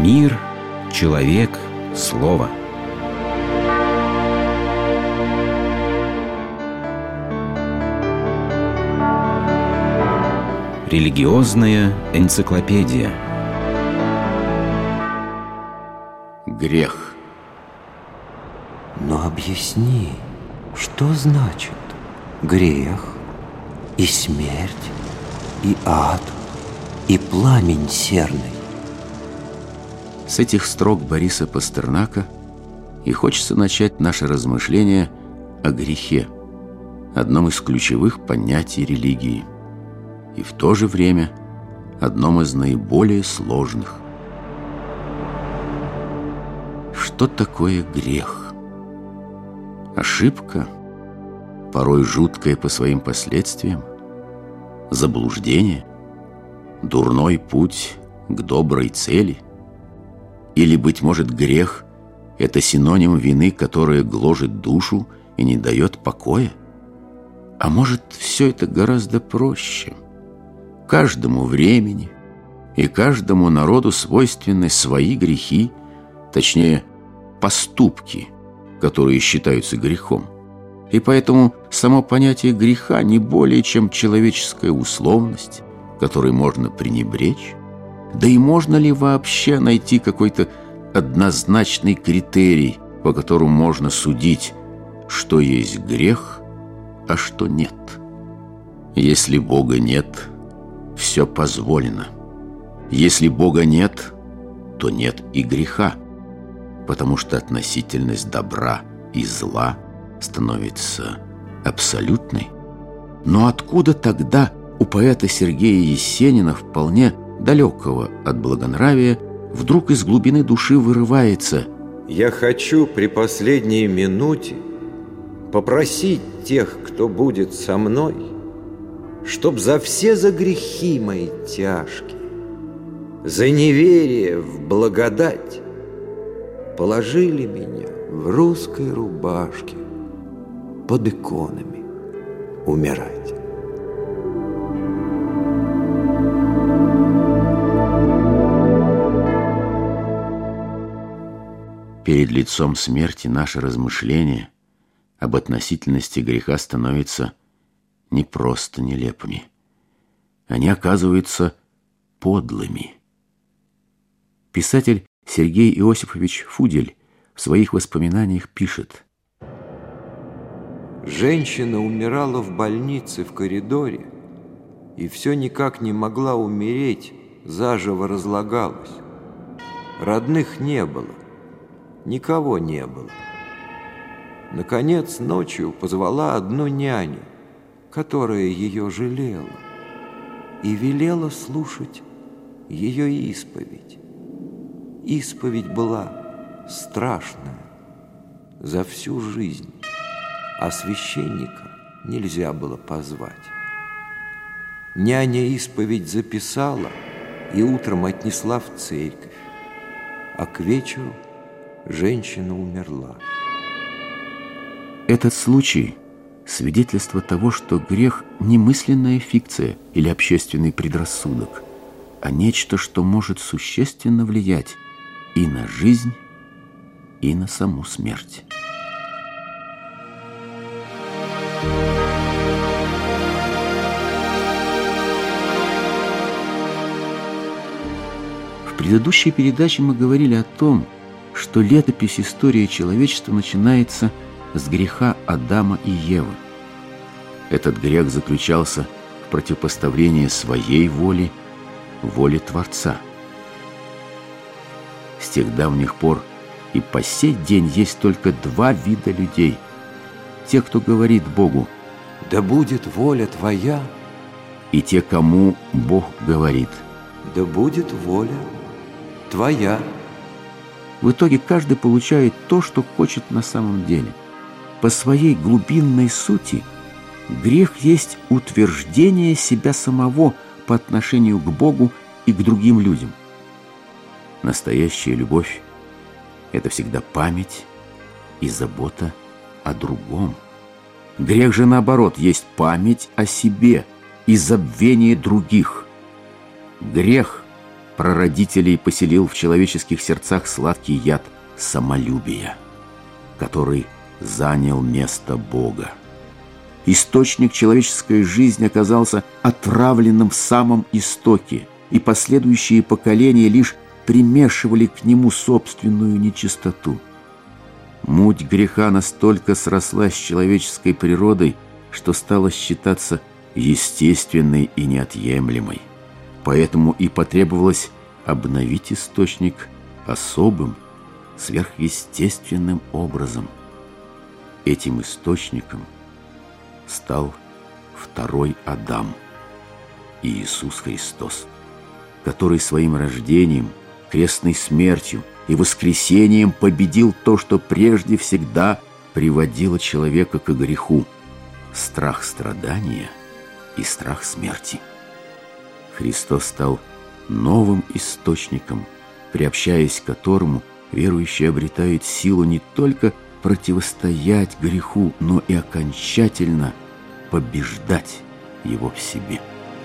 Мир, человек, слово. Религиозная энциклопедия. Грех. Но объясни, что значит грех и смерть, и ад, и пламень серный? С этих строк Бориса Пастернака и хочется начать наше размышление о грехе, одном из ключевых понятий религии, и в то же время одном из наиболее сложных. Что такое грех? Ошибка, порой жуткая по своим последствиям, заблуждение, дурной путь к доброй цели? Или, быть может, грех – это синоним вины, которая гложет душу и не дает покоя? А может, все это гораздо проще? Каждому времени и каждому народу свойственны свои грехи, точнее, поступки, которые считаются грехом. И поэтому само понятие греха не более чем человеческая условность, которой можно пренебречь. Да и можно ли вообще найти какой-то однозначный критерий, по которому можно судить, что есть грех, а что нет? Если Бога нет, все позволено. Если Бога нет, то нет и греха, потому что относительность добра и зла становится абсолютной. Но откуда тогда у поэта Сергея Есенина, вполне далекого от благонравия, вдруг из глубины души вырывается: «Я хочу при последней минуте попросить тех, кто будет со мной, чтоб за грехи мои тяжкие, за неверие в благодать положили меня в русской рубашке под иконами умирать». Перед лицом смерти наши размышления об относительности греха становятся не просто нелепыми. Они оказываются подлыми. Писатель Сергей Иосифович Фудель в своих воспоминаниях пишет: «Женщина умирала в больнице в коридоре и все никак не могла умереть, заживо разлагалась. Родных не было, никого не было. Наконец, ночью позвала одну няню, которая ее жалела, и велела слушать ее исповедь. Исповедь была страшная за всю жизнь, а священника нельзя было позвать. Няня исповедь записала и утром отнесла в церковь, а к вечеру женщина умерла». Этот случай – свидетельство того, что грех не мысленная фикция или общественный предрассудок, а нечто, что может существенно влиять и на жизнь, и на саму смерть. В предыдущей передаче мы говорили о том, что летопись истории человечества начинается с греха Адама и Евы. Этот грех заключался в противопоставлении своей воли воле Творца. С тех давних пор и по сей день есть только два вида людей: те, кто говорит Богу «Да будет воля твоя», и те, кому Бог говорит «Да будет воля твоя». В итоге каждый получает то, что хочет на самом деле. По своей глубинной сути грех есть утверждение себя самого по отношению к Богу и к другим людям. Настоящая любовь – это всегда память и забота о другом. Грех же, наоборот, есть память о себе и забвение других. Грех прародителей поселил в человеческих сердцах сладкий яд самолюбия, который занял место Бога. Источник человеческой жизни оказался отравленным в самом истоке, и последующие поколения лишь примешивали к нему собственную нечистоту. Муть греха настолько срослась с человеческой природой, что стала считаться естественной и неотъемлемой. Поэтому и потребовалось обновить источник особым, сверхъестественным образом. Этим источником стал второй Адам, Иисус Христос, который своим рождением, крестной смертью и воскресением победил то, что прежде всегда приводило человека к греху – страх страдания и страх смерти. Христос стал новым источником, приобщаясь к которому верующий обретает силу не только противостоять греху, но и окончательно побеждать его в себе.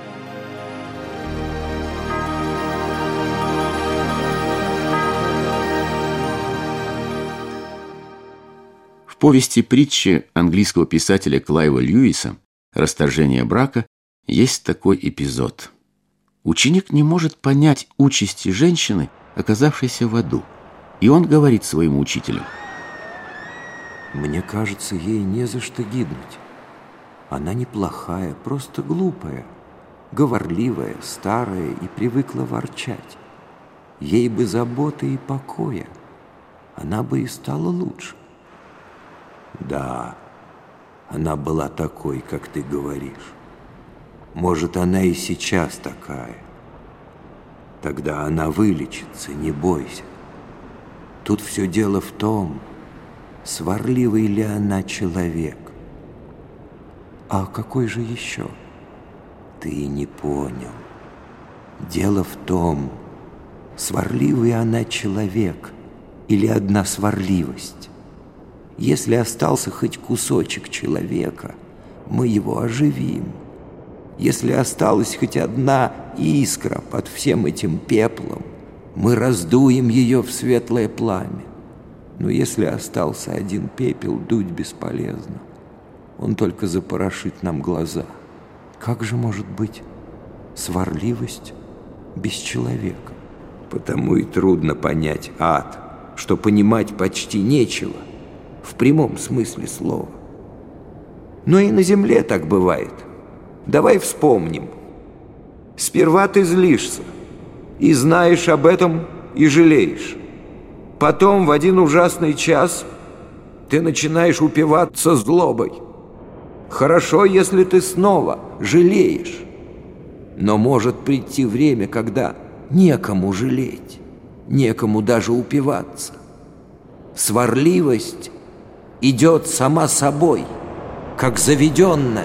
В повести притчи английского писателя Клайва Льюиса «Расторжение брака» есть такой эпизод. Ученик не может понять участи женщины, оказавшейся в аду, и он говорит своему учителю: «Мне кажется, ей не за что гибнуть. Она неплохая, просто глупая, говорливая, старая и привыкла ворчать. Ей бы заботы и покоя, она бы и стала лучше». Да, она была такой, как ты говоришь. Может, она и сейчас такая. Тогда она вылечится, не бойся. Тут все дело в том, сварливый ли она человек. А какой же еще? Ты не понял. Дело в том, сварливый она человек или одна сварливость. Если остался хоть кусочек человека, мы его оживим. Если осталась хоть одна искра под всем этим пеплом, мы раздуем ее в светлое пламя. Но если остался один пепел, дуть бесполезно. Он только запорошит нам глаза. Как же может быть сварливость без человека? Потому и трудно понять ад, что понимать почти нечего, в прямом смысле слова. Но и на земле так бывает. Давай вспомним. Сперва ты злишься, и знаешь об этом, и жалеешь. Потом в один ужасный час ты начинаешь упиваться злобой. Хорошо, если ты снова жалеешь. Но может прийти время, когда некому жалеть, некому даже упиваться. Сварливость идет сама собой, как заведенная.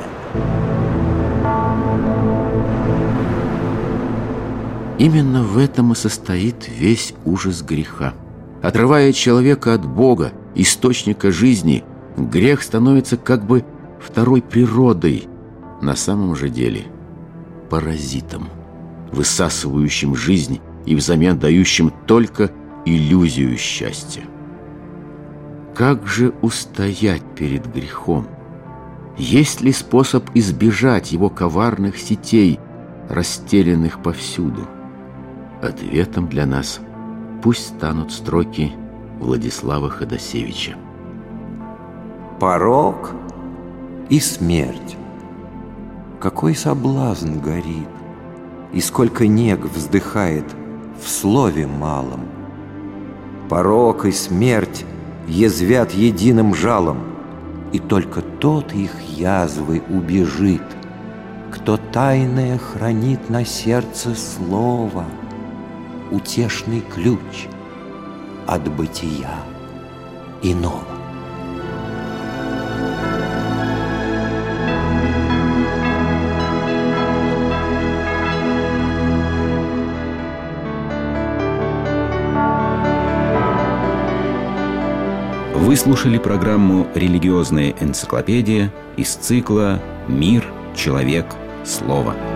Именно в этом и состоит весь ужас греха. Отрывая человека от Бога, источника жизни, грех становится как бы второй природой, на самом же деле паразитом, высасывающим жизнь и взамен дающим только иллюзию счастья. Как же устоять перед грехом? Есть ли способ избежать его коварных сетей, расстеленных повсюду? Ответом для нас пусть станут строки Владислава Ходосевича. Порок и смерть. Какой соблазн горит, и сколько нег вздыхает в слове малом. Порок и смерть язвят единым жалом, и только тот их язвы убежит, кто тайное хранит на сердце слово, утешный ключ от бытия иного. Вы слушали программу «Религиозная энциклопедия» из цикла «Мир, человек, слово».